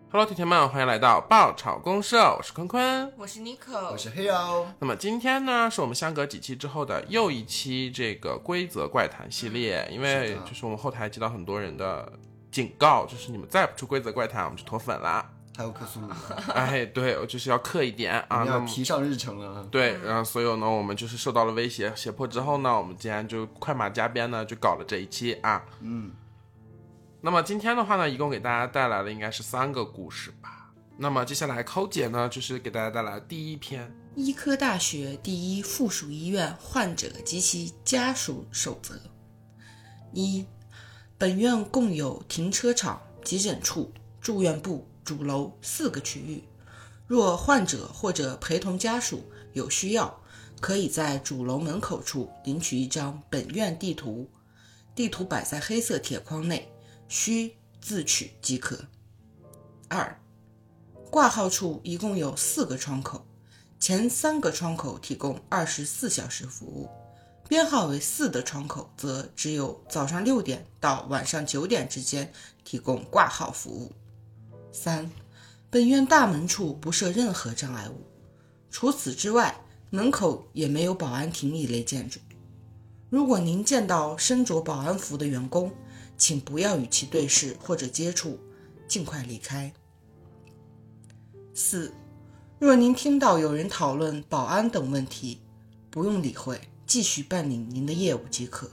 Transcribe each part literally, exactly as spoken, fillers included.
Hello， 铁铁们，欢迎来到爆炒公社，我是坤坤， 我是 Nico， 我是黑瑶。 那么今天呢，是我们相隔几期之后的又一期这个规则怪谈系列，因为就是我们后台接到很多人的警告，就是你们再不出规则怪谈，我们就脱粉了。 还有克苏鲁， 哎，对，我就是要克一点啊， 要提上日程了。 对，然后所以呢，我们就是受到了威胁胁迫之后呢，我们竟然就快马加鞭呢，就搞了这一期啊。 嗯。 那么今天的话呢，一共给大家带来了应该是三个故事吧。那么接下来寇姐呢，就是给大家带来第一篇医科大学第一附属医院患者及其家属守则。一、本院共有停车场、急诊处、住院部、主楼四个区域。若患者或者陪同家属有需要，可以在主楼门口处领取一张本院地图，地图摆在黑色铁框内，需自取即可。二、挂号处一共有四个窗口，前三个窗口提供二十四小时服务，编号为四的窗口则只有早上六点到晚上九点之间提供挂号服务。三、本院大门处不设任何障碍物，除此之外，门口也没有保安亭一类建筑。如果您见到身着保安服的员工，请不要与其对视或者接触，尽快离开。四、若您听到有人讨论保安等问题，不用理会，继续办理您的业务即可。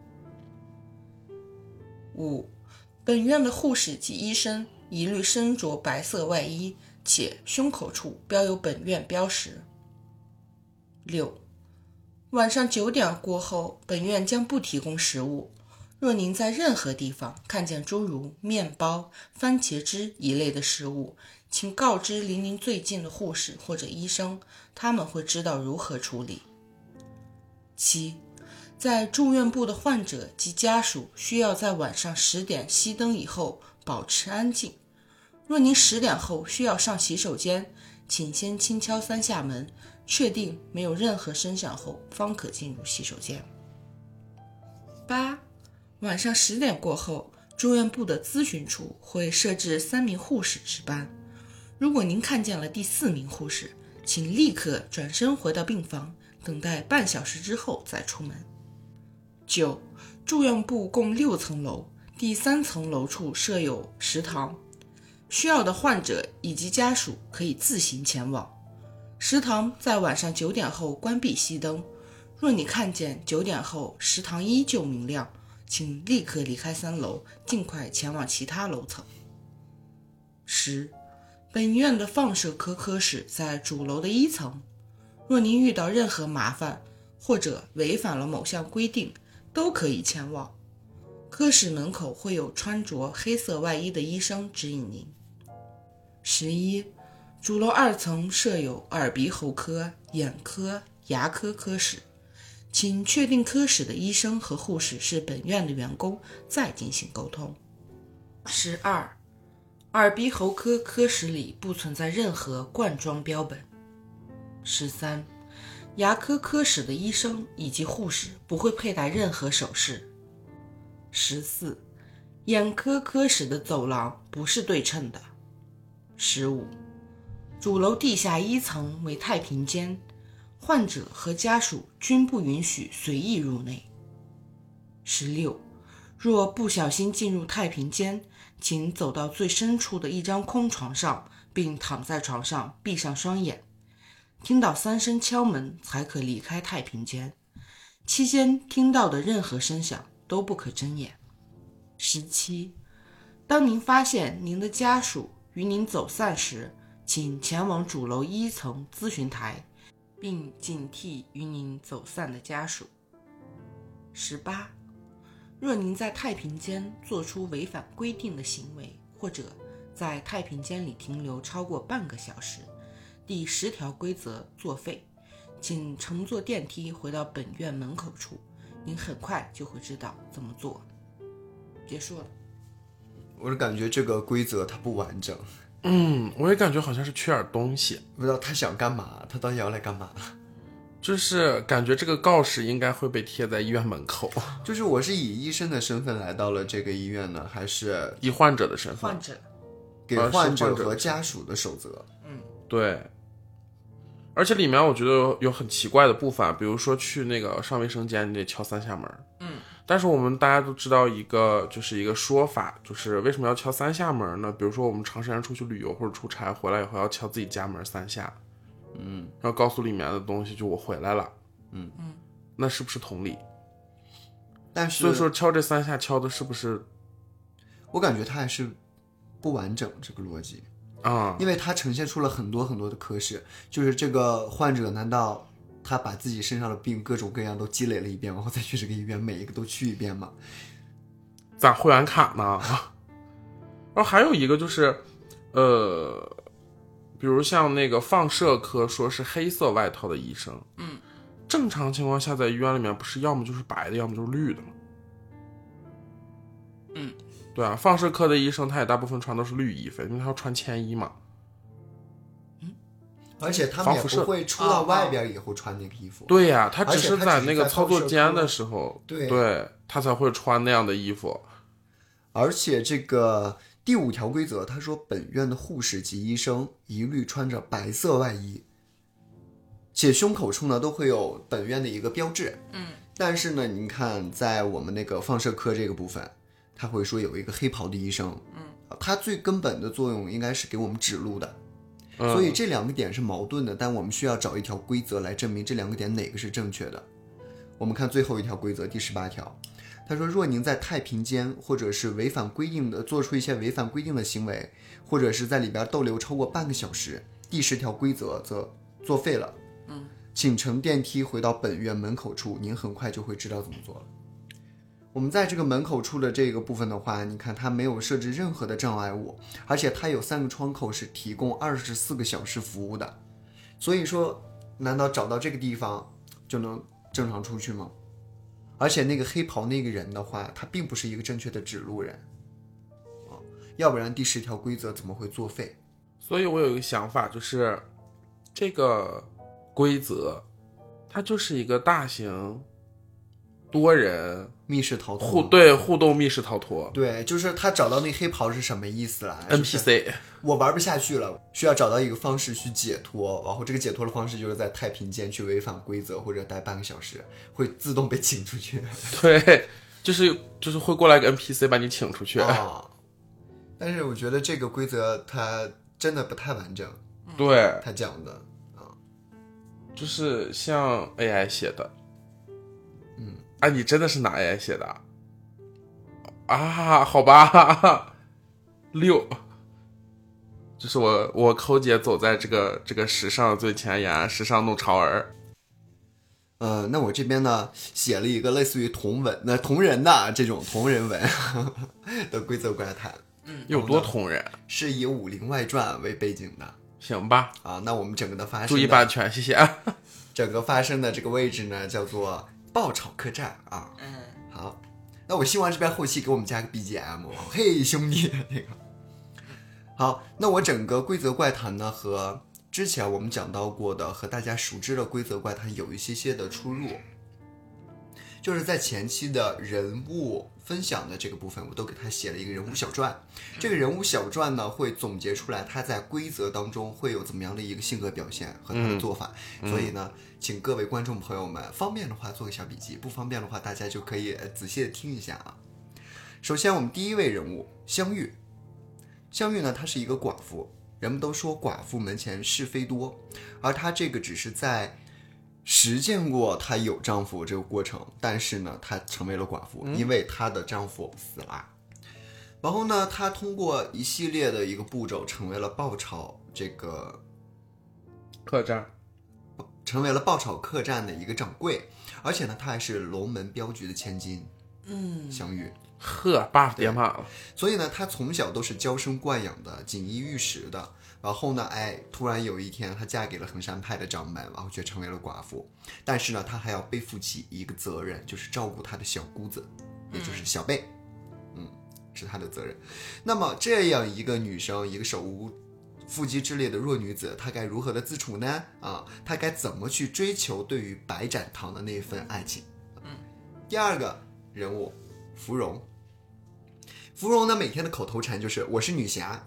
五、本院的护士及医生一律身着白色外衣，且胸口处标有本院标识。六、晚上九点过后，本院将不提供食物。若您在任何地方看见诸如面包、番茄汁一类的食物，请告知离您最近的护士或者医生，他们会知道如何处理。七、在住院部的患者及家属需要在晚上十点熄灯以后保持安静。若您十点后需要上洗手间，请先轻敲三下门，确定没有任何声响后方可进入洗手间。八、晚上十点过后，住院部的咨询处会设置三名护士值班。如果您看见了第四名护士，请立刻转身回到病房，等待半小时之后再出门。九、住院部共六层楼，第三层楼处设有食堂，需要的患者以及家属可以自行前往。食堂在晚上九点后关闭熄灯。若你看见九点后食堂依旧明亮，请立刻离开三楼，尽快前往其他楼层。十、本院的放射科科室在主楼的一层。若您遇到任何麻烦，或者违反了某项规定，都可以前往。科室门口会有穿着黑色外衣的医生指引您。十一、主楼二层设有耳鼻喉科、眼科、牙科科室，请确定科室的医生和护士是本院的员工，再进行沟通。十二、耳鼻喉科科室里不存在任何冠装标本。十三、牙科科室的医生以及护士不会佩戴任何首饰。十四、眼科科室的走廊不是对称的。十五、主楼地下一层为太平间，患者和家属均不允许随意入内。十六、若不小心进入太平间，请走到最深处的一张空床上，并躺在床上闭上双眼，听到三声敲门才可离开太平间，期间听到的任何声响都不可睁眼。十七、当您发现您的家属与您走散时，请前往主楼一层咨询台，并警惕与您走散的家属。十八、若您在太平间做出违反规定的行为，或者在太平间里停留超过半个小时，第十条规则作废，请乘坐电梯回到本院门口处，您很快就会知道怎么做。结束了。 我是感觉这个规则它不完整。 嗯，我也感觉好像是缺点东西， 不知道他想干嘛，他到底要来干嘛？ 就是感觉这个告示应该会被贴在医院门口。 就是我是以医生的身份来到了这个医院呢，还是以患者的身份？ 患者。 给患者和家属的守则。 嗯，对。而且里面我觉得有很奇怪的部分，比如说去那个上卫生间你得敲三下门。 嗯， 但是我们大家都知道一个就是一个说法，就是为什么要敲三下门呢？比如说我们长时间出去旅游或者出差回来以后要敲自己家门三下， 嗯， 然后告诉里面的东西就我回来了。 嗯嗯， 那是不是同理？ 但是所以说敲这三下敲的是不是？ 我感觉它还是不完整这个逻辑。 啊、 因为它呈现出了很多很多的科室，就是这个患者难道他把自己身上的病各种各样都积累了一遍，然后再去这个医院每一个都去一遍吗？ 咋会员卡呢？然后还有一个就是，呃，比如像那个放射科说是黑色外套的医生， 嗯， 正常情况下在医院里面不是要么就是白的，要么就是绿的吗？ 嗯。 对啊，放射科的医生他也大部分穿都是绿衣服，因为他要穿铅衣嘛。 嗯，而且他们也不会出到外边以后穿那个衣服。 对呀、啊，他只是在那个操作间的时候， 对，对他才会穿那样的衣服。 而且这个第五条规则，他说本院的护士及医生一律穿着白色外衣，且胸口处呢都会有本院的一个标志。 嗯， 但是呢，你看在我们那个放射科这个部分。他会说有一个黑袍的医生， 嗯， 他最根本的作用应该是给我们指路的， 嗯、 所以这两个点是矛盾的，但我们需要找一条规则来证明这两个点哪个是正确的。我们看最后一条规则第十八条，他说若您在太平间或者是违反规定的做出一些违反规定的行为，或者是在里边逗留超过半个小时，第十条规则则作废了。 嗯， 请乘电梯回到本院门口处，您很快就会知道怎么做了。我们在这个门口处的这个部分的话，你看它没有设置任何的障碍物，而且它有三个窗口是提供二十四个小时服务的，所以说难道找到这个地方就能正常出去吗？而且那个黑袍那个人的话，他并不是一个正确的指路人，要不然第十条规则怎么会作废？ 所以我有一个想法，就是这个规则它就是一个大型多人密室逃脱， 互对互动密室逃脱。 对，就是他找到那黑袍是什么意思了 ？N P C， 我玩不下去了，需要找到一个方式去解脱，然后这个解脱的方式就是在太平间去违反规则或者待半个小时，会自动被请出去。 对，就是就是会过来个 N P C 把你请出去。 哦，但是我觉得这个规则它真的不太完整。 对， 他讲的啊， 就是像 A I 写的。 嗯。 啊，你真的是拿 A I 写的啊？好吧，六，就是我我抠姐走在这个这个时尚最前沿，时尚弄潮儿。 呃，那我这边呢写了一个类似于同文那同人的这种同人文的规则怪谈。 嗯， 有多同人？ 是以《武林外传》为背景的。 行吧。 啊，那我们整个的发生的注意版权，谢谢。 整个发生的这个位置呢，叫做爆炒客栈啊。 嗯， 好，那我希望这边后期给我们加个 B G M， 嘿兄弟那个。好，那我整个规则怪谈呢和之前我们讲到过的和大家熟知的规则怪谈有一些些的出入，就是在前期的人物分享的这个部分，我都给他写了一个人物小传。这个人物小传呢，会总结出来他在规则当中会有怎么样的一个性格表现和他的做法。嗯、所以呢，请各位观众朋友们，方便的话做个小笔记，不方便的话大家就可以仔细的听一下啊。首先，我们第一位人物香玉，香玉呢，她是一个寡妇。人们都说寡妇门前是非多，而她这个只是在实践过她有丈夫这个过程，但是呢，她成为了寡妇，因为她的丈夫死了。然后呢，她通过一系列的一个步骤，成为了爆炒这个客栈， 成为了爆炒客栈的一个掌柜，而且呢，她还是龙门镖局的千金。 嗯， 香玉。 呵 ，buff 点满了。 所以呢，她从小都是娇生惯养的，锦衣玉食的。然后呢，哎，突然有一天，她嫁给了衡山派的掌门，然后却成为了寡妇。但是呢，她还要背负起一个责任，就是照顾她的小姑子，也就是小贝。嗯，是她的责任。那么这样一个女生，一个手无缚鸡之力的弱女子，她该如何的自处呢？啊，她该怎么去追求对于白展堂的那一份爱情？ 嗯， 第二个人物芙蓉。芙蓉呢，每天的口头禅就是我是女侠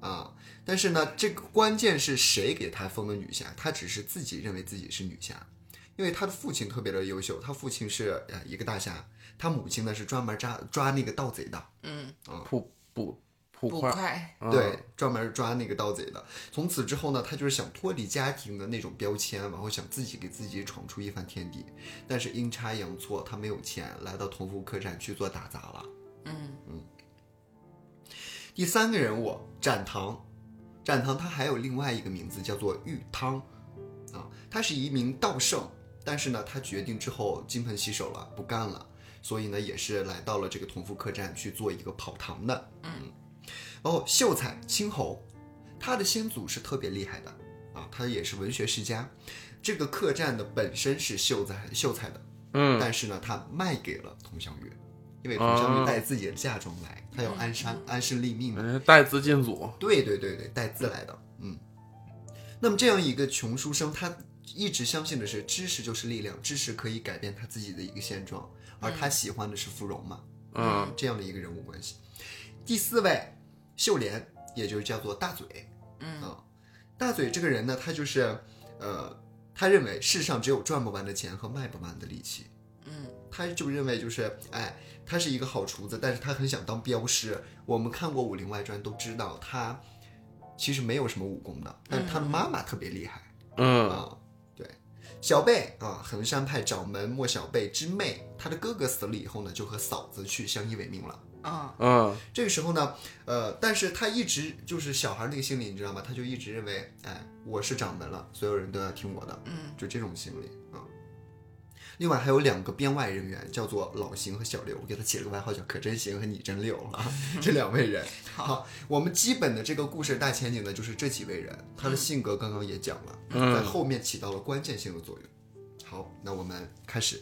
啊。但是呢，这个关键是谁给他封的女侠？他只是自己认为自己是女侠，因为他的父亲特别的优秀，他父亲是呃一个大侠，他母亲呢是专门抓抓那个盗贼的， 嗯， 啊， 捕捕捕捕快， 快， 嗯对，专门抓那个盗贼的。从此之后呢，他就是想脱离家庭的那种标签，然后想自己给自己闯出一番天地。但是阴差阳错，他没有钱，来到同福客栈去做打杂了。 嗯嗯。第三个人物展堂，展堂他还有另外一个名字叫做玉汤，啊，他是一名道圣，但是呢，他决定之后金盆洗手了，不干了，所以呢，也是来到了这个同福客栈去做一个跑堂的。嗯。然后秀才青侯，他的先祖是特别厉害的啊，他也是文学世家。这个客栈的本身是秀才秀才的， 嗯， 但是呢，他卖给了佟湘玉，因为佟湘玉带自己的嫁妆来，他要安山安身立命嘛， 嗯带资进组， 对对对对，带资来的。嗯，那么这样一个穷书生，他一直相信的是知识就是力量，知识可以改变他自己的一个现状，而他喜欢的是芙蓉嘛， 嗯， 这样的一个人物关系。第四位秀莲，也就是叫做大嘴。 嗯、 啊，大嘴这个人呢，他就是呃，他认为世上只有赚不完的钱和卖不完的力气。 嗯， 他就认为就是哎，他是一个好厨子，但是他很想当镖师。我们看过《武林外传》都知道，他其实没有什么武功的，但是他的妈妈特别厉害。 嗯啊，对，小贝啊，衡山派掌门莫小贝之妹，他的哥哥死了以后呢，就和嫂子去相依为命了。 啊， 嗯， 这个时候呢，呃，但是他一直就是小孩那个心理，你知道吗？他就一直认为，哎，我是掌门了，所有人都要听我的， 嗯， 就这种心理啊。另外还有两个编外人员，叫做老邢和小刘，我给他起了个外号叫可真邢和你真六啊，这两位人。好，我们基本的这个故事大前景呢，就是这几位人，他的性格刚刚也讲了， 嗯在后面起到了关键性的作用。好，那我们开始。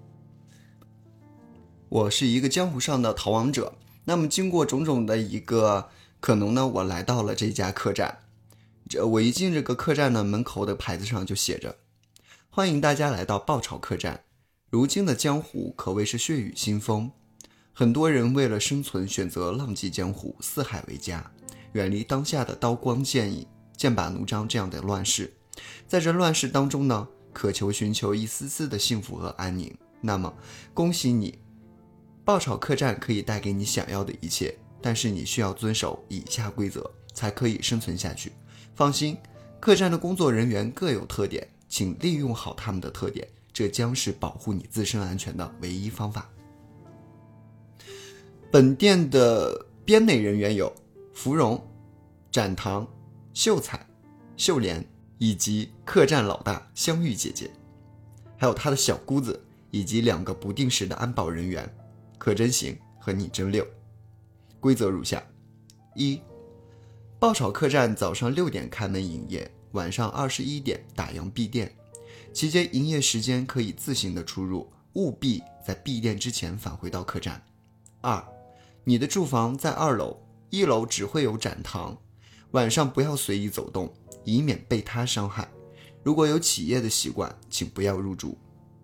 我是一个江湖上的逃亡者，那么经过种种的一个可能呢，我来到了这家客栈。这我一进这个客栈呢，门口的牌子上就写着欢迎大家来到爆炒客栈。如今的江湖可谓是血雨腥风，很多人为了生存选择浪迹江湖，四海为家，远离当下的刀光剑影、剑拔弩张这样的乱世。在这乱世当中呢，渴求寻求一丝丝的幸福和安宁。那么恭喜你，爆炒客栈可以带给你想要的一切，但是你需要遵守以下规则，才可以生存下去。放心，客栈的工作人员各有特点，请利用好他们的特点，这将是保护你自身安全的唯一方法。本店的编内人员有芙蓉、展堂、秀才、秀莲以及客栈老大香玉姐姐，还有她的小姑子以及两个不定时的安保人员可真行和你真六。规则如下：一、爆炒客栈早上六点开门营业，晚上二十一点打烊闭店，期间营业时间可以自行的出入，务必在闭店之前返回到客栈。二、你的住房在二楼，一楼只会有展堂，晚上不要随意走动，以免被他伤害。如果有起夜的习惯，请不要入住。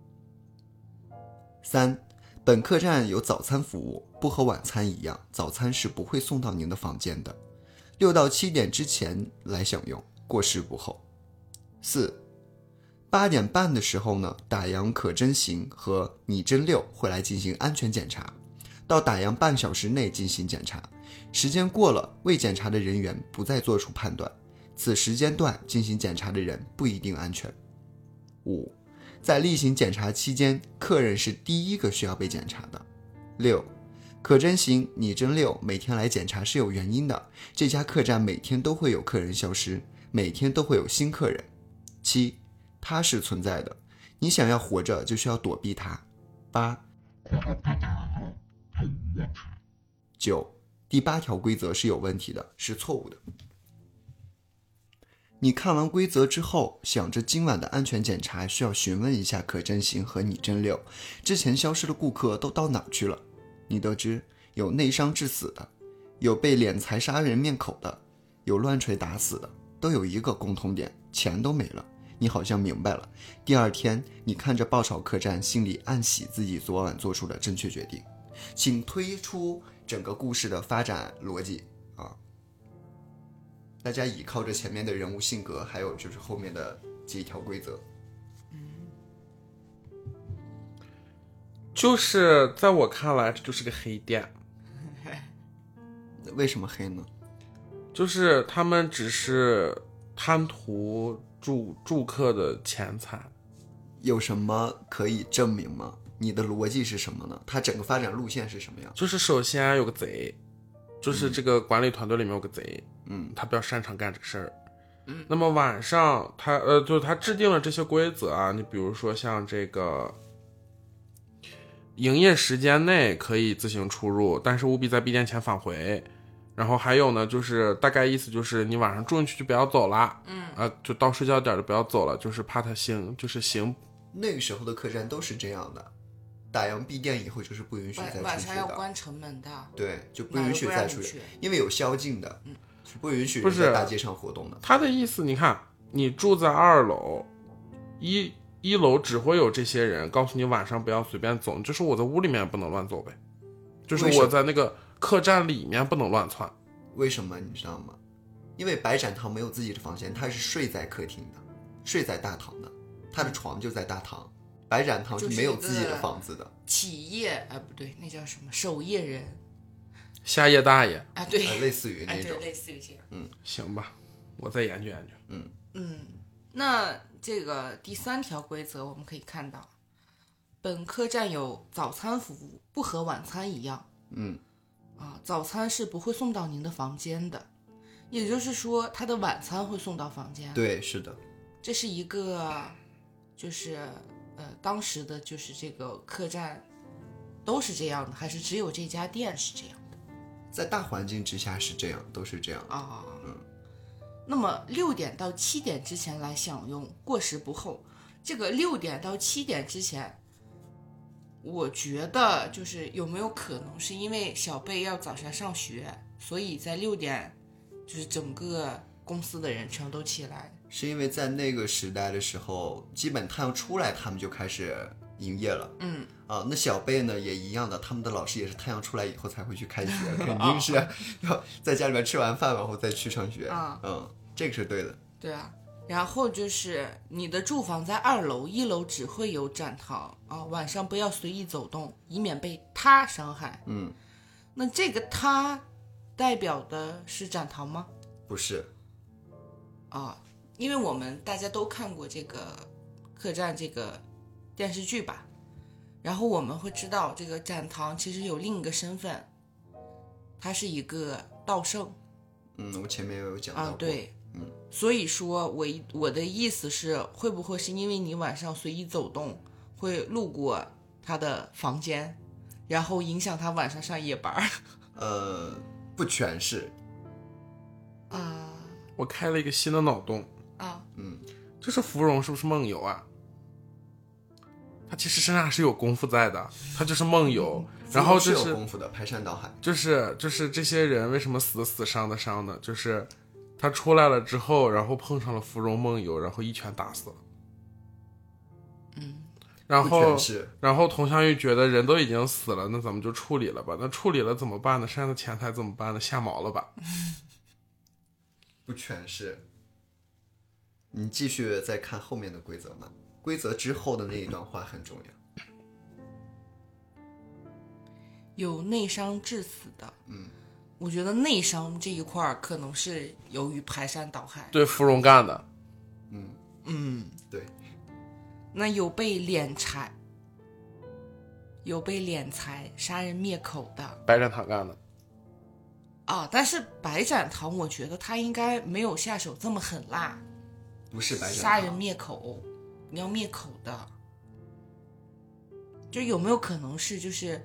三、本客栈有早餐服务，不和晚餐一样，早餐是不会送到您的房间的，六到七点之前来享用，过时不候。四、八点半的时候呢，打烊可真行和你真六会来进行安全检查，到打烊半小时内进行检查，时间过了，未检查的人员不再做出判断，此时间段进行检查的人不一定安全。五、在例行检查期间，客人是第一个需要被检查的。六、可真行你真六每天来检查是有原因的，这家客栈每天都会有客人消失，每天都会有新客人。七、他是存在的，你想要活着就需要躲避他。八、九、第八条规则是有问题的，是错误的。你看完规则之后，想着今晚的安全检查需要询问一下可真行和你真六，之前消失的顾客都到哪儿去了？你得知有内伤致死的，有被敛财杀人灭口的，有乱锤打死的，都有一个共同点，钱都没了。你好像明白了。第二天，你看着爆炒客栈，心里暗喜自己昨晚做出的正确决定。请推出整个故事的发展逻辑啊。 大家倚靠着前面的人物性格，还有就是后面的几条规则。 就是在我看来，这就是个黑店。 为什么黑呢？ 就是他们只是贪图住住客的钱财。 有什么可以证明吗？你的逻辑是什么呢？它整个发展路线是什么样？ 就是首先有个贼，就是这个管理团队里面有个贼， 嗯， 他比较擅长干这个事儿。嗯，那么晚上他呃，就是他制定了这些规则啊，你比如说像这个营业时间内可以自行出入，但是务必在闭店前返回。然后还有呢，就是大概意思就是你晚上住进去就不要走了，嗯，啊，就到睡觉点就不要走了，就是怕他行，就是行。 那个时候的客栈都是这样的，打烊闭店以后就是不允许再出去的， 晚上要关城门的， 对，就不允许再出去，因为有宵禁的，嗯，是不允许在大街上活动的。 他的意思，你看，你住在二楼，一一楼只会有这些人，告诉你晚上不要随便走，就是我在屋里面不能乱走呗，就是我在那个客栈里面不能乱窜。 为什么你知道吗？因为白展堂没有自己的房间，他是睡在客厅的，睡在大堂的，他的床就在大堂。白展堂是没有自己的房子的。 企业啊，不对，那叫什么？守夜人， 夏夜大爷啊，对， 呃、类似于那种， 哎、类似于这样。 嗯，行吧，我再研究研究。 嗯嗯，那这个第三条规则我们可以看到，本客栈有早餐服务，不和晚餐一样。 嗯。 啊，早餐是不会送到您的房间的，也就是说，他的晚餐会送到房间。 对，是的， 这是一个，就是呃，当时的就是这个客栈都是这样的，还是只有这家店是这样的？ 在大环境之下是这样，都是这样的。 啊、 哦， 嗯。那么六点到七点之前来享用，过时不候。这个六点到七点之前。我觉得就是有没有可能是因为小贝要早上上学，所以在六点就是整个公司的人全都起来。 是因为在那个时代的时候，基本太阳出来他们就开始营业了。 嗯啊，那小贝呢也一样的，他们的老师也是太阳出来以后才会去开学，肯定是要在家里面吃完饭然后再去上学。 啊， 嗯，这个是对的。 对啊。然后就是你的住房在二楼，一楼只会有展堂啊，晚上不要随意走动，以免被他伤害。 嗯， 那这个他代表的是展堂吗？ 不是。 啊，因为我们大家都看过这个客栈这个电视剧吧，然后我们会知道这个展堂其实有另一个身份，他是一个道圣。 嗯，我前面也有讲到过。 啊，对。 嗯， 所以说我我的意思是，会不会是因为你晚上随意走动，会路过他的房间，然后影响他晚上上夜班？ 呃，不全是。 啊， 我开了一个新的脑洞啊， 嗯， 就是芙蓉是不是梦游啊？他其实身上是有功夫在的，他就是梦游，然后就是有功夫的，排山倒海。 就是就是这些人为什么死的死伤的伤呢？就是他出来了之后，然后碰上了芙蓉梦游，然后一拳打死了。 嗯， 然后是然后佟湘玉觉得人都已经死了，那咱们就处理了吧。那处理了怎么办呢？身上的钱财怎么办呢？下毛了吧？ 不全是。你继续再看后面的规则嘛，规则之后的那一段话很重要。 有内伤致死的， 嗯， 我觉得内伤这一块可能是由于排山倒海， 对芙蓉干的。 嗯嗯， 对。 那有被敛财，有被敛财杀人灭口的， 白展堂干的。 啊，但是白展堂我觉得他应该没有下手这么狠辣， 不是白展堂杀人灭口，你要灭口的，就有没有可能是就是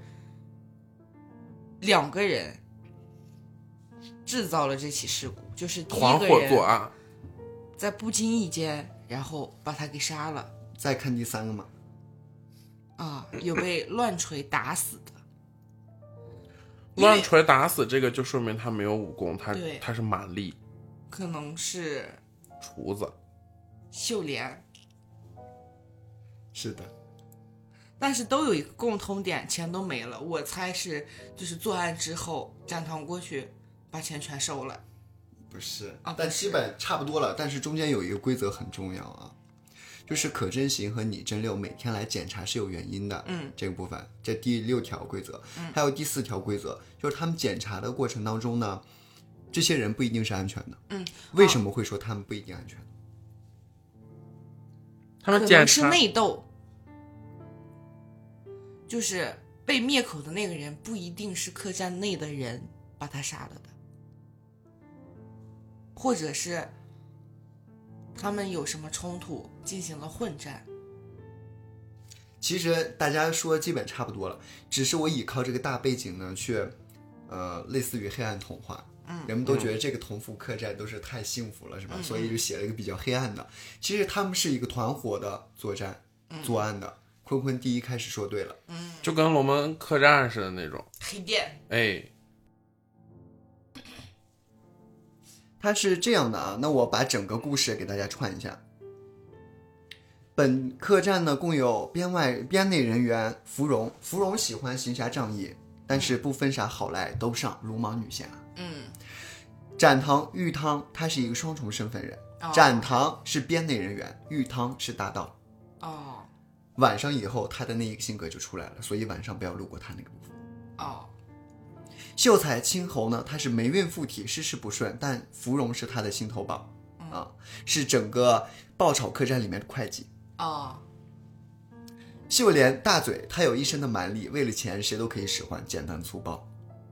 两个人制造了这起事故，就是第一团伙个人作案， 在不经意间，然后把他给杀了。 再看第三个嘛， 啊，有被乱锤打死的。 乱锤打死这个就说明他没有武功，他对他是蛮力， 可能是厨子。 秀莲， 是的， 但是都有一个共通点，钱都没了。我猜是就是作案之后，展堂过去把钱全收了。 不是， 啊但基本差不多了。但是中间有一个规则很重要啊，就是可真行和拟真六每天来检查是有原因的。 嗯， 这个部分，这第六条规则，嗯，还有第四条规则，就是他们检查的过程当中呢，这些人不一定是安全的。 嗯， 为什么会说他们不一定安全？ 他们检可能是查内斗，就是被灭口的那个人不一定是客栈内的人把他杀了的，或者是他们有什么冲突进行了混战。 其实大家说基本差不多了，只是我依靠这个大背景呢，去呃类似于黑暗童话。嗯，人们都觉得这个同福客栈都是太幸福了，是吧？ 嗯、 所以就写了一个比较黑暗的。其实他们是一个团伙的作战、嗯、作案的。坤坤第一开始说对了， 嗯， 就跟龙门客栈似的那种黑店。 哎， 他是这样的啊，那我把整个故事给大家串一下。本客栈呢共有编外编内人员芙蓉，芙蓉喜欢行侠仗义，但是不分啥好赖都上，鲁莽女侠。 嗯， 展堂、玉汤，他是一个双重身份人。 哦、 展堂是编内人员，玉汤是大盗。 哦， 晚上以后，他的那一个性格就出来了，所以晚上不要路过他那个部分。 哦， 秀才青侯呢，他是霉运附体，事事不顺，但芙蓉是他的心头宝、嗯、啊，是整个爆炒客栈里面的会计。 哦， 秀莲大嘴，他有一身的蛮力，为了钱谁都可以使唤，简单粗暴。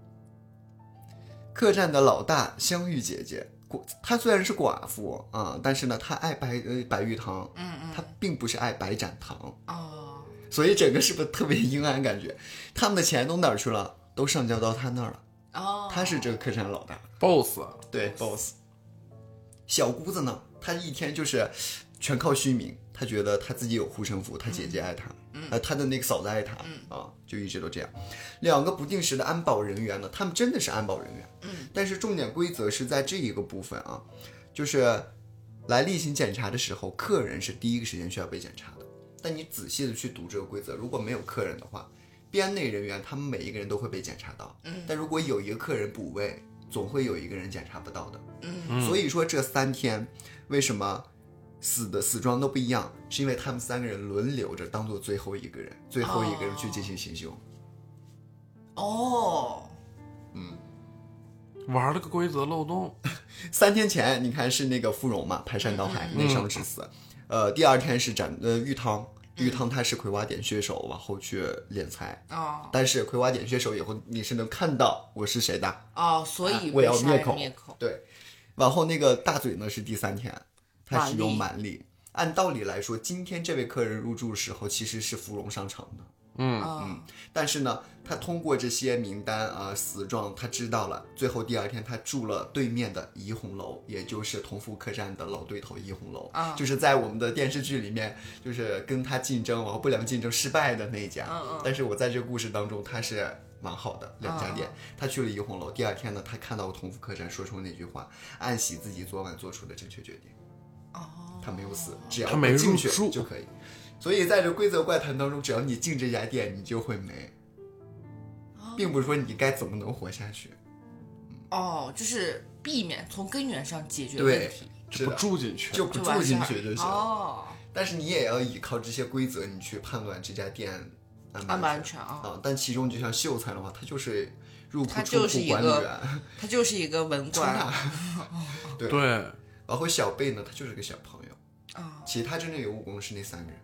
客栈的老大香玉姐姐，她虽然是寡妇啊，但是呢，她爱白呃白玉堂， 嗯嗯， 她并不是爱白展堂。 哦， 所以整个是不是特别阴暗感觉？他们的钱都哪儿去了？都上交到他那儿了。 哦， 他是这个客栈老大 ，boss， 对 boss。小姑子呢，她一天就是全靠虚名，她觉得她自己有护身符，她姐姐爱她，嗯，呃，她的那个嫂子爱她，嗯啊，就一直都这样。两个不定时的安保人员呢，他们真的是安保人员，嗯，但是重点规则是在这一个部分啊，就是来例行检查的时候，客人是第一个时间需要被检查的。但你仔细的去读这个规则，如果没有客人的话，编内人员他们每一个人都会被检查到，嗯，但如果有一个客人补位，总会有一个人检查不到的，嗯，所以说这三天为什么死的死状都不一样，是因为他们三个人轮流着当做最后一个人，最后一个人去进行行凶。 哦， 嗯， 玩了个规则漏洞。 三天前你看是那个芙蓉嘛，排山倒海，内伤致死。嗯呃，第二天是展呃玉汤，玉汤他是葵花点穴手，往后去敛财。 哦， 但是葵花点穴手以后你是能看到我是谁的。 哦，所以、 啊、我要灭口。 灭口。 对，往后那个大嘴呢是第三天，他使用蛮力。按道理来说，今天这位客人入住的时候其实是芙蓉上场的。 嗯嗯，但是呢，他通过这些名单啊、呃、死状，他知道了。最后第二天，他住了对面的怡红楼，也就是同福客栈的老对头怡红楼， 啊， 就是在我们的电视剧里面，就是跟他竞争，然后不良竞争失败的那一家。 嗯嗯。 但是我在这个故事当中，他是蛮好的两家店。他去了怡红楼，第二天呢，他看到同福客栈，说出那句话，暗喜自己昨晚做出的正确决定。 哦， 他没有死，只要他没进去入就可以。所以在这规则怪谈当中，只要你进这家店，你就会没，并不是说你该怎么能活下去。 哦，就是避免从根源上解决问题， 就不住进去， 就不住进去就行。 哦， 但是你也要依靠这些规则，你去判断这家店安不安全啊。 啊，但其中就像秀才的话，他就是入库出库管理员， 他就是一个文官。 对对， 然后小贝呢，他就是个小朋友。 啊， 其他真正有武功的是那三个人。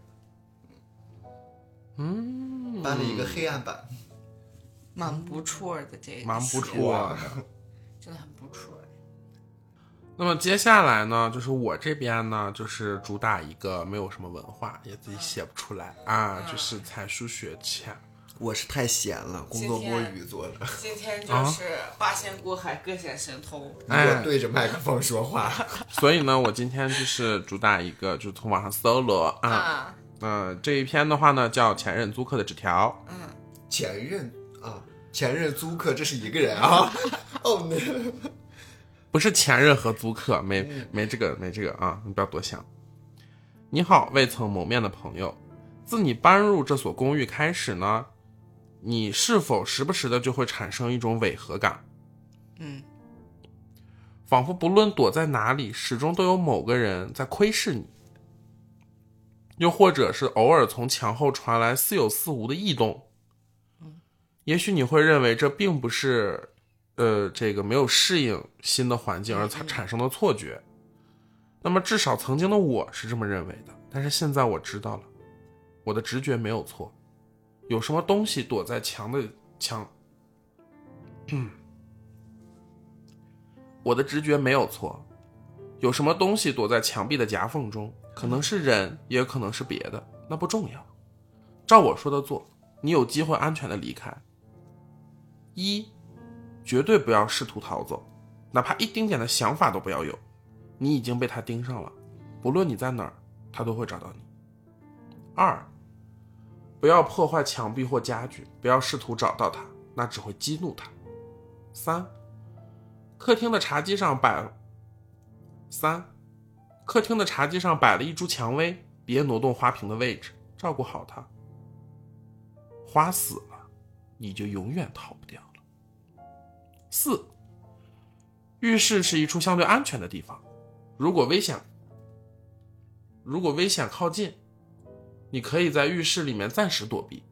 嗯， 搬了一个黑暗版， 蛮不错的，这个蛮不错的， 真的很不错。 那么接下来呢，就是我这边呢，就是主打一个没有什么文化，也自己写不出来啊，就是才疏学浅。 我是太闲了，工作摸鱼做的。 今天就是八仙过海，各显神通。 我对着麦克风说话， 所以呢，我今天就是主打一个，就是从网上搜罗啊。嗯、呃，这一篇的话呢，叫《前任租客的纸条》。 嗯， 前任啊，前任租客，这是一个人啊。哦，那不是前任和租客，没没这个没这个啊，你不要多想。你好，未曾谋面的朋友，自你搬入这所公寓开始呢，你是否时不时的就会产生一种违和感？ 嗯， 仿佛不论躲在哪里，始终都有某个人在窥视你。又或者是偶尔从墙后传来似有似无的异动，也许你会认为这并不是呃这个没有适应新的环境而产生的错觉，那么至少曾经的我是这么认为的，但是现在我知道了，我的直觉没有错，有什么东西躲在墙的墙，嗯，我的直觉没有错，有什么东西躲在墙壁的夹缝中，可能是人，也可能是别的，那不重要。照我说的做，你有机会安全的离开。一，绝对不要试图逃走，哪怕一丁点的想法都不要有。你已经被他盯上了，不论你在哪儿，他都会找到你。二，不要破坏墙壁或家具，不要试图找到他，那只会激怒他。三，客厅的茶几上摆三，客厅的茶几上摆了一株蔷薇，别挪动花瓶的位置，照顾好它。花死了，你就永远逃不掉了。四，浴室是一处相对安全的地方，如果危险，如果危险靠近，你可以在浴室里面暂时躲避。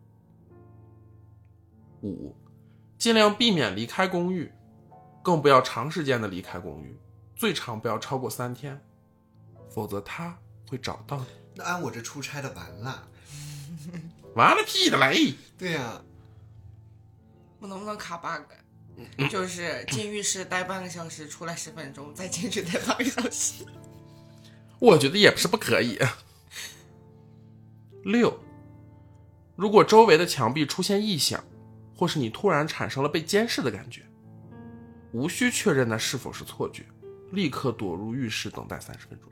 五，尽量避免离开公寓，更不要长时间的离开公寓，最长不要超过三天，否则他会找到你。 那按我这出差的完了。 完了屁的嘞！ 对呀、啊， 我能不能卡 bug？ 就是进浴室待半个小时，出来十分钟，再进去待半个小时。 我觉得也不是不可以。六，如果周围的墙壁出现异响，或是你突然产生了被监视的感觉，无需确认那是否是错觉，立刻躲入浴室等待三十分钟。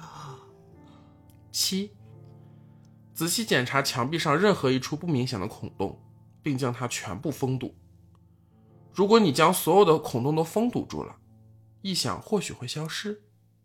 七，仔细检查墙壁上任何一处不明显的孔洞，并将它全部封堵。如果你将所有的孔洞都封堵住了，异响或许会消失。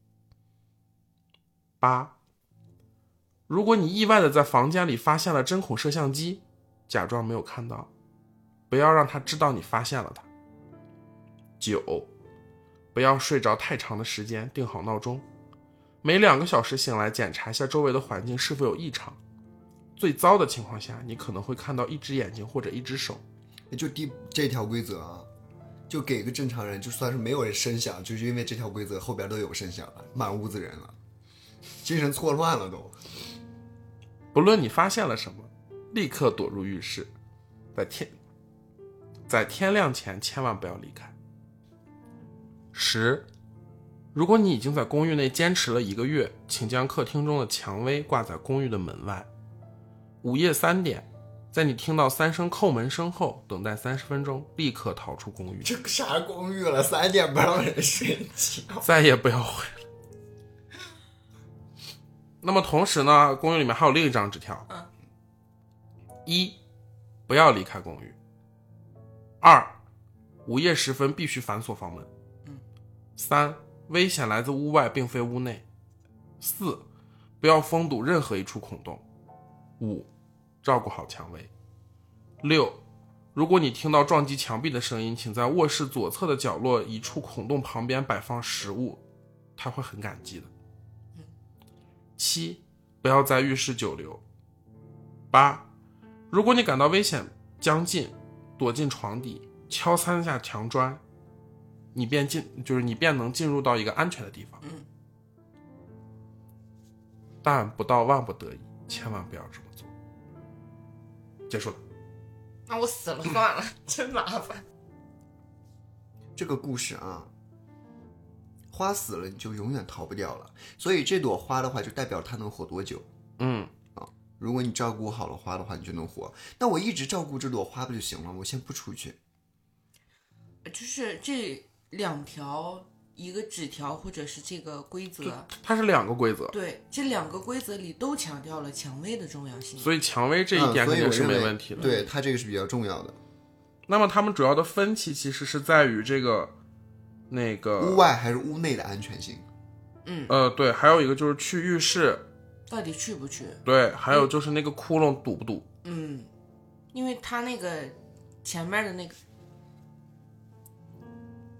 八，如果你意外的在房间里发现了针孔摄像机，假装没有看到，不要让他知道你发现了它。九，不要睡着太长的时间，定好闹钟，每两个小时醒来检查一下周围的环境是否有异常。最糟的情况下，你可能会看到一只眼睛或者一只手。 就第这条规则啊，就给个正常人，就算是没有人声响，就是因为这条规则后边都有声响了，满屋子人了，精神错乱了都。 不论你发现了什么，立刻躲入浴室，在天在天亮前千万不要离开。十，如果你已经在公寓内坚持了一个月，请将客厅中的蔷薇挂在公寓的门外。午夜三点，在你听到三声叩门声后，等待三十分钟，立刻逃出公寓。 这个啥公寓了？三点不让人睡觉， 再也不要回来。那么同时呢，公寓里面还有另一张纸条。 嗯。 一，不要离开公寓。二，午夜时分必须反锁房门。 嗯。 三，危险来自屋外，并非屋内。四，不要封堵任何一处孔洞。五，照顾好蔷薇。六，如果你听到撞击墙壁的声音，请在卧室左侧的角落一处孔洞旁边摆放食物，他会很感激的。七，不要在浴室久留。八，如果你感到危险将近，躲进床底，敲三下墙砖，你便进，就是你便能进入到一个安全的地方。 嗯。 但不到万不得已，千万不要这么做。结束了。 那我死了算了，真麻烦。 这个故事啊，花死了你就永远逃不掉了。所以这朵花的话，就代表它能活多久。 嗯啊，如果你照顾好了花的话，你就能活。那我一直照顾这朵花不就行了？我先不出去。 就是这两条，一个纸条或者是这个规则， 它是两个规则。 对，这两个规则里都强调了蔷薇的重要性。 所以蔷薇这一点肯定是没问题的。 嗯、对，它这个是比较重要的。 那么他们主要的分歧其实是在于这个那个屋外还是屋内的安全性。 嗯， 呃，对，还有一个就是去浴室到底去不去？ 对，还有就是那个窟窿堵不堵？ 嗯，因为它那个前面的那个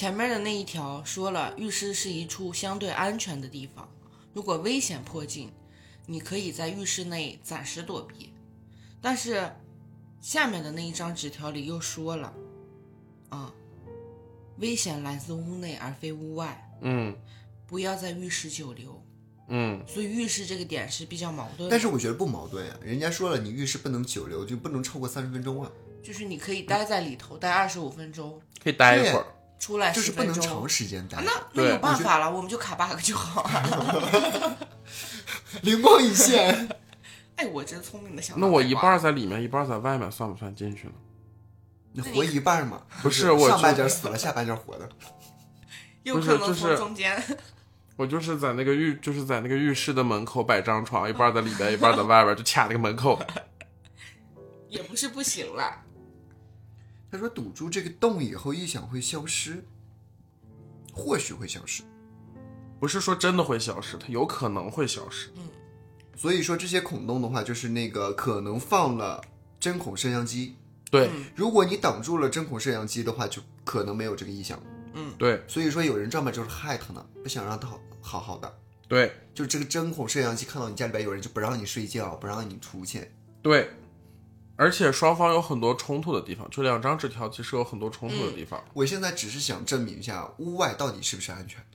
前面的那一条说了，浴室是一处相对安全的地方，如果危险迫近，你可以在浴室内暂时躲避。但是下面的那一张纸条里又说了，啊，危险来自屋内而非屋外， 嗯不要在浴室久留。 嗯， 所以浴室这个点是比较矛盾的。 但是我觉得不矛盾呀、啊，人家说了，你浴室不能久留，就不能超过三十分钟啊。 就是你可以待在里头待二十五分钟， 可以待一会儿， 出来就是不能十分钟， 长时间待。 啊、那那有办法了，我, 我们就卡 bug 就好了。 灵光一现。 哎，我真聪明的想法。 那我一半在里面，一半在外面，算不算进去呢？ 你活一半嘛？ 不是，我上半截死了，下半截活的。 有可能从中间。 我就是在那个浴，就是在那个浴室的门口摆张床，一半在里边，一半在外边，就卡那个门口。 也不是不行了。 他说堵住这个洞以后，异响会消失，或许会消失， 不是说真的会消失，它有可能会消失。 嗯， 所以说这些孔洞的话，就是那个可能放了针孔摄像机。 对， 嗯、 如果你挡住了针孔摄像机的话，就可能没有这个异响。 嗯， 对， 所以说有人专门就是害他呢，不想让他好好好的。 对， 就这个针孔摄像机看到你家里边有人，就不让你睡觉，不让你出去。 对，而且双方有很多冲突的地方，就两张纸条其实有很多冲突的地方。 嗯、我现在只是想证明一下屋外到底是不是安全的。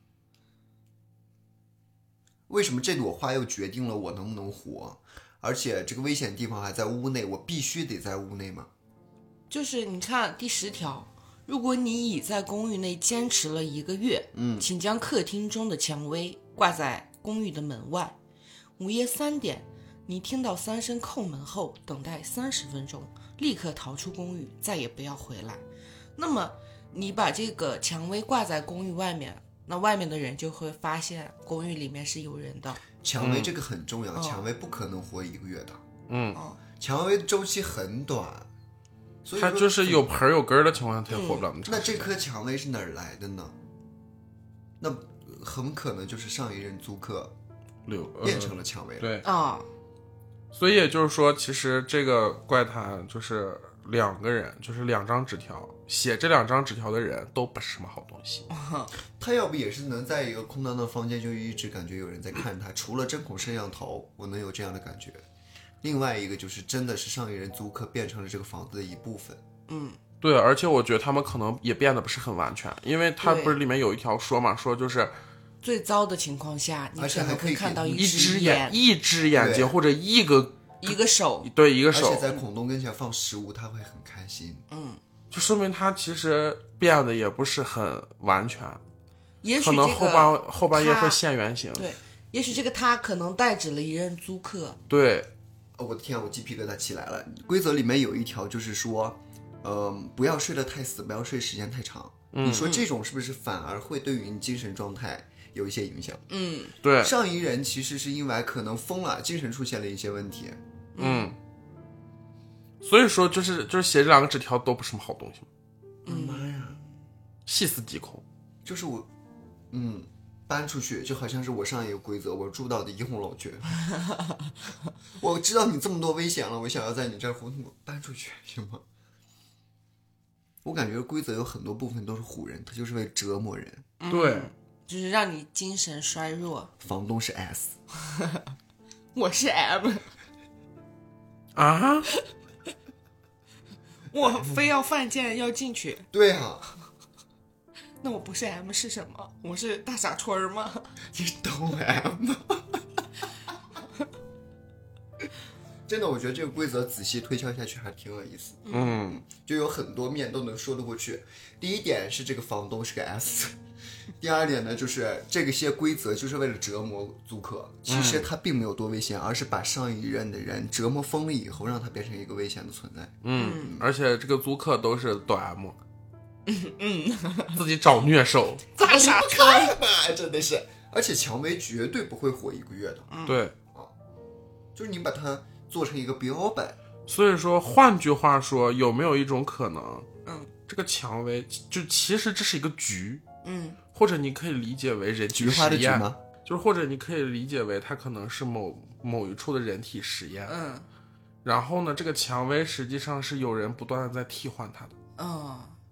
为什么这朵花又决定了我能不能活？而且这个危险地方还在屋内，我必须得在屋内吗？ 就是你看第十条，如果你已在公寓内坚持了一个月， 嗯， 请将客厅中的蔷薇挂在公寓的门外。午夜三点，你听到三声叩门后，等待三十分钟，立刻逃出公寓，再也不要回来。那么你把这个蔷薇挂在公寓外面，那外面的人就会发现公寓里面是有人的。 蔷薇这个很重要， 嗯、 蔷薇不可能活一个月的。 嗯， 蔷薇的周期很短。所以它就是有盆有根的情况下，它也活不了那么长时间。 那这颗蔷薇是哪儿来的呢？那很可能就是上一任租客变成了蔷薇了。 对啊、哦， 所以也就是说，其实这个怪谈就是两个人，就是两张纸条，写这两张纸条的人都不是什么好东西。 他要不也是能在一个空荡的房间就一直感觉有人在看他，除了针孔摄像头，我能有这样的感觉。另外一个就是真的是上一任租客变成了这个房子的一部分。 嗯， 对，而且我觉得他们可能也变得不是很完全，因为他不是里面有一条说嘛，说就是最糟的情况下，你可能会看到一只眼、一只眼睛或者一个一个手， 对，一个手， 而且在孔洞跟前放食物，他会很开心。 嗯， 就说明他其实变得也不是很完全， 也许可能后半后半夜会现原形。 对，也许这个他可能代指了一任租客。 对。 哦，我的天，我鸡皮疙瘩起来了。规则里面有一条就是说，呃，不要睡得太死，不要睡时间太长。 嗯、 你说这种是不是反而会对于你精神状态有一些影响？ 嗯， 对。 上一人其实是因为可能疯了，精神出现了一些问题。 嗯，所以说就是就是写这两个纸条都不是什么好东西。 嗯妈呀， 细思极恐。 就是我，嗯。搬出去就好像是我上一个规则，我住到的怡红楼去。我知道你这么多危险了，我想要在你这儿活，我搬出去行吗？我感觉规则有很多部分都是唬人，它就是为折磨人。 对、 嗯，就是让你精神衰弱。 房东是 S， 我是 M。 啊？ 我非要犯贱要进去。 对啊。 那我不是 M 是什么？我是大傻春吗？ 你是抖 M。真的，我觉得这个规则仔细推敲下去还挺有意思。 嗯， 就有很多面都能说得过去。第一点是这个房东是个 S， 第二点呢就是这个些规则就是为了折磨租客，其实他并没有多危险，而是把上一任的人折磨疯了以后，让他变成一个危险的存在。 嗯，嗯而且这个租客都是抖 M。嗯嗯，自己找虐手， 大傻春吧，真的是。而且蔷薇绝对不会活一个月的。 嗯、对、 啊，就是你把它做成一个标本。 所以说，换句话说，有没有一种可能， 嗯， 这个蔷薇就其实这是一个局， 嗯， 或者你可以理解为人体实验， 菊花的菊吗？ 就是或者你可以理解为它可能是某某一处的人体实验。 嗯， 然后呢，这个蔷薇实际上是有人不断的在替换它的。 嗯。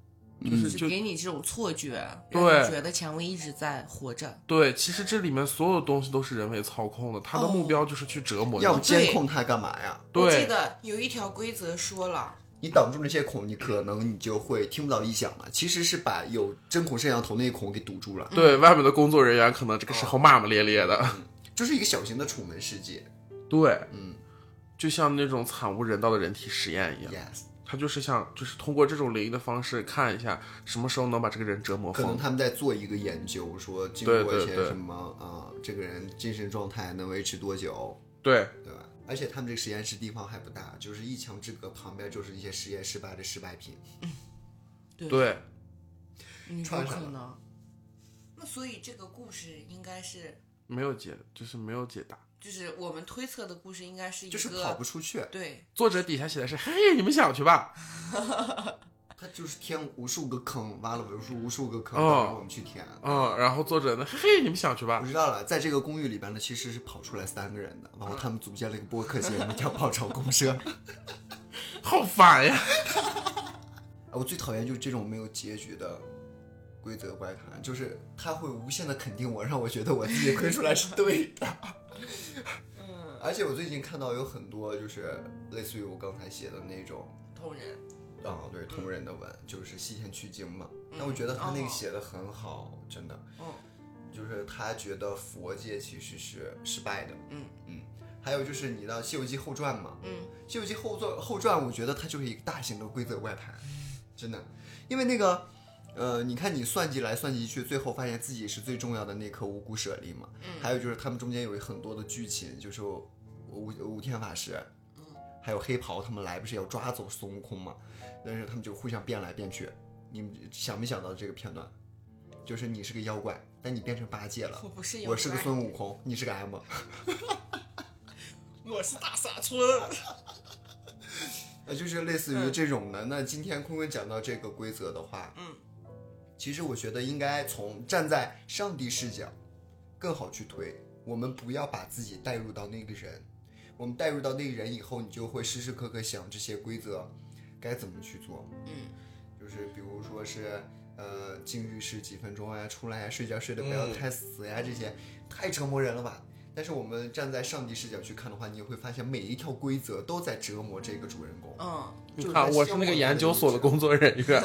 就是就是给你这种错觉， 对让你觉得蔷薇一直在活着。 对，其实这里面所有东西都是人为操控的，他的目标就是去折磨你。 要监控它干嘛呀？ 我记对， 得有一条规则说了， 你挡住那些孔，你可能你就会听不到异响了。其实是把有针孔摄像头那一孔给堵住了， 对，外面的工作人员可能这个时候骂骂咧咧的。 就是一个小型的楚门世界。 对， 嗯就像那种惨无人道的人体实验一样。 ，yes。 他就是想，就是通过这种灵异的方式看一下什么时候能把这个人折磨疯。 可能他们在做一个研究，说经过一些什么啊、呃，这个人精神状态能维持多久， 对对吧？而且他们这个实验室地方还不大，就是一墙之隔，旁边就是一些实验失败的失败品。 对， 对， 嗯，有串上了可能。那所以这个故事应该是， 没有解，就是没有解答。 就是我们推测的故事应该是一个， 就是跑不出去， 对， 作者底下写的是：“嘿，你们想去吧？” 他就是填无数个坑，挖了无数无数个坑， 哦让我们去填。 嗯，然后作者呢，嘿嘿，你们想去吧我？知道了，在这个公寓里边呢，其实是跑出来三个人的，然后他们组建了一个播客节目，叫“爆炒公社”。 好烦呀！ 我最讨厌就是这种没有结局的规则怪谈，就是他会无限的肯定我，让我觉得我自己推出来是对的。 嗯， 而且我最近看到有很多就是类似于我刚才写的那种同人， 啊，对同人的文，就是西田取经嘛。那、我觉得他那个写的很好，真的。 嗯， 就是他觉得佛界其实是失败的。 嗯嗯。还有就是你的《西游记后传》嘛， 嗯， 《西游记后传》后传，我觉得它就是一个大型的规则怪谈，真的，因为那个，呃，你看你算计来算计去，最后发现自己是最重要的那颗五谷舍利嘛。 嗯， 还有就是他们中间有很多的剧情，就是五五天法师，嗯，还有黑袍他们来不是要抓走孙悟空嘛？但是他们就互相变来变去。你们想没想到这个片段？就是你是个妖怪，但你变成八戒了， 我不是妖怪， 我是个孙悟空，你是个 M。 我是大傻村。 呃，就是类似于这种的。那今天坤坤讲到这个规则的话， 嗯， 其实我觉得应该从站在上帝视角更好去推。我们不要把自己带入到那个人，我们带入到那个人以后，你就会时时刻刻想这些规则该怎么去做。 嗯， 就是比如说是呃进浴室几分钟啊，出来呀、睡觉睡得不要太死呀，这些太折磨人了吧。但是我们站在上帝视角去看的话，你也会发现每一条规则都在折磨这个主人公。 嗯， 你看，我是那个研究所的工作人员。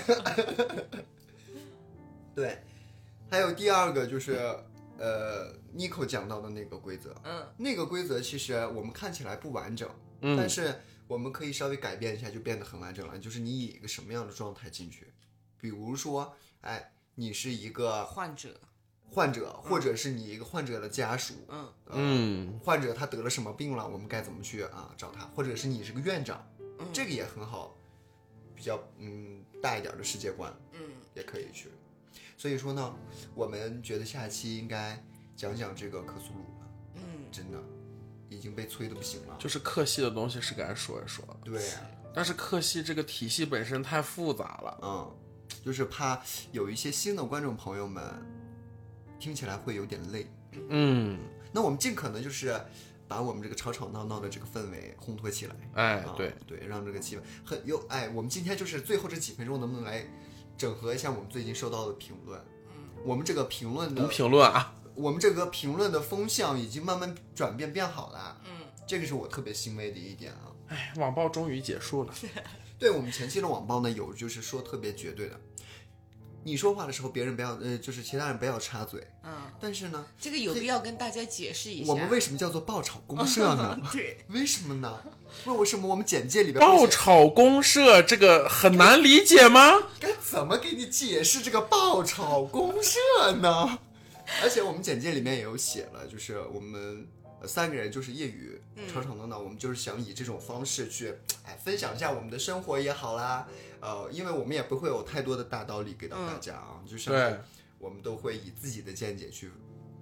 对，还有第二个就是呃 Nico 讲到的那个规则， 嗯， 那个规则其实我们看起来不完整， 嗯， 但是我们可以稍微改变一下，就变得很完整了。就是你以一个什么样的状态进去，比如说，哎，你是一个患者。 患者，或者是你一个患者的家属， 嗯、 呃、 嗯， 患者他得了什么病了，我们该怎么去啊找他，或者是你是个院长， 嗯、 这个也很好，比较嗯大一点的世界观， 嗯， 也可以去。所以说呢，我们觉得下期应该讲讲这个克苏鲁了， 嗯， 真的已经被催得不行了。 就是克系的东西是该说一说， 对呀、 但是克系这个体系本身太复杂了， 嗯，就是怕有一些新的观众朋友们听起来会有点累。 嗯， 那我们尽可能就是把我们这个吵吵闹闹的这个氛围烘托起来。 哎， 啊、 对对，让这个气氛很有哎。我们今天就是最后这几分钟，能不能来整合一下我们最近收到的评论？嗯，我们这个评论的读评论啊， 我们这个评论的风向已经慢慢转变变好了。 嗯， 这个是我特别欣慰的一点啊。 哎，网暴终于结束了。 对，我们前期的网暴呢，有就是说特别绝对的。你说话的时候，别人不要，呃，就是其他人不要插嘴。 嗯， 但是呢， 这个有必要跟大家解释一下。 我们为什么叫做爆炒公社呢？ 对， 为什么呢？为什么我们简介里边爆炒公社这个很难理解吗？ 该怎么给你解释这个爆炒公社呢？而且我们简介里面也有写了，就是我们三个人就是业余吵吵闹闹，我们就是想以这种方式去，哎，分享一下我们的生活也好啦。呃，因为我们也不会有太多的大道理给到大家啊，就像是我们都会以自己的见解去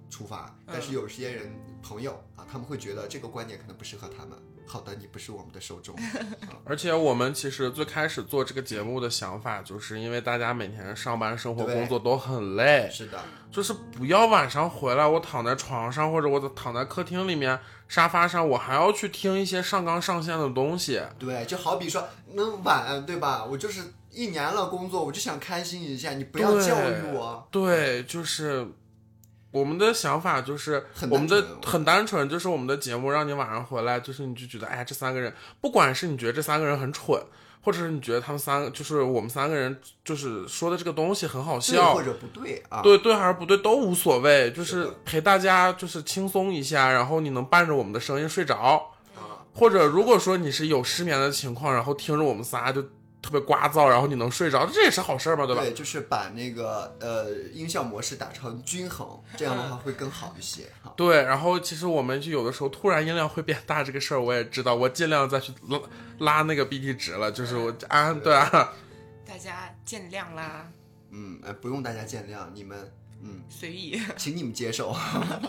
出发，但是有些人朋友啊，他们会觉得这个观点可能不适合他们。好的，你不是我们的受众。啊、 而且我们其实最开始做这个节目的想法，就是因为大家每天上班、生活、工作都很累， 是的， 就是不要晚上回来，我躺在床上或者我躺在客厅里面沙发上，我还要去听一些上纲上线的东西。 对，就好比说那晚，对吧？我就是一年了工作，我就想开心一下，你不要教育我。 对，就是我们的想法就是我们的很单纯，就是我们的节目让你晚上回来，就是你就觉得哎，这三个人，不管是你觉得这三个人很蠢，或者是你觉得他们三个就是我们三个人就是说的这个东西很好笑， 对或者不对啊， 对对还是不对都无所谓，就是陪大家就是轻松一下，然后你能伴着我们的声音睡着，或者如果说你是有失眠的情况，然后听着我们仨就特别聒噪，然后你能睡着，这也是好事嘛，对吧？ 对，就是把那个呃音效模式打成均衡，这样的话会更好一些哈。 对，然后其实我们就有的时候突然音量会变大，这个事儿我也知道，我尽量再去拉拉那个 B T 值了，就是我啊，对啊， 大家见谅啦。 嗯，呃，不用大家见谅，你们嗯随意， 请你们接受。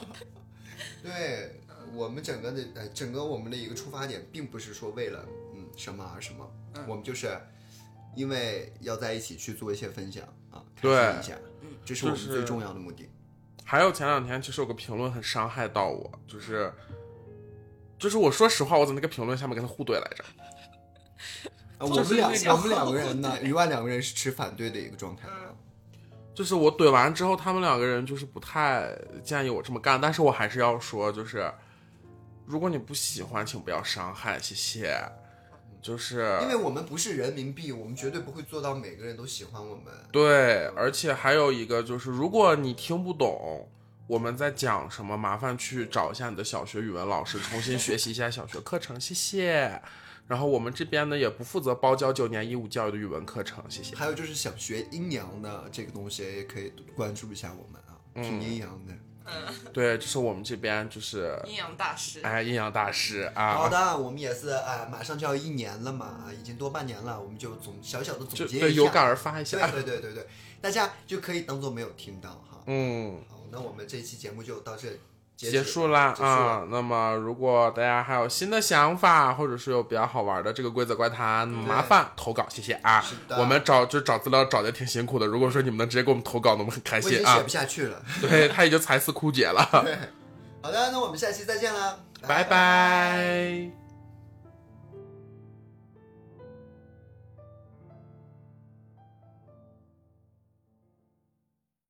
对我们整个的呃整个我们的一个出发点，并不是说为了嗯什么而什么，嗯、我们就是因为要在一起去做一些分享啊，开心一下，嗯，这是我们最重要的目的。就是、 还有前两天其实有个评论很伤害到我，就是就是我说实话，我在那个评论下面跟他互怼来着。 啊、我们两我们两个人呢，另外两个人是持反对的一个状态。嗯就是我怼完之后，他们两个人就是不太建议我这么干，但是我还是要说，就是如果你不喜欢，请不要伤害，谢谢。就是因为我们不是人民币，我们绝对不会做到每个人都喜欢我们。 对，而且还有一个就是，如果你听不懂我们在讲什么，麻烦去找一下你的小学语文老师，重新学习一下小学课程，谢谢。然后我们这边呢也不负责包教九年义务教育的语文课程，谢谢。 还有就是想学阴阳的这个东西，也可以关注一下我们啊，挺阴阳的。 嗯， 对，就是我们这边就是阴阳大师， 哎，阴阳大师啊。 好的，我们也是哎，马上就要一年了嘛，已经多半年了，我们就总小小的总结一下， 对，有感而发一下。 对对对对对，大家就可以当做没有听到哈。 嗯， 好，那我们这期节目就到这里。 结束啦啊！那么如果大家还有新的想法，或者是有比较好玩的这个规则怪谈，麻烦投稿，谢谢啊！我们找就找资料找的挺辛苦的，如果说你们能直接给我们投稿，那我们很开心啊！ 我已经写不下去了， 对，他已经才思枯竭了。 对，好的，那我们下期再见啦， 拜拜。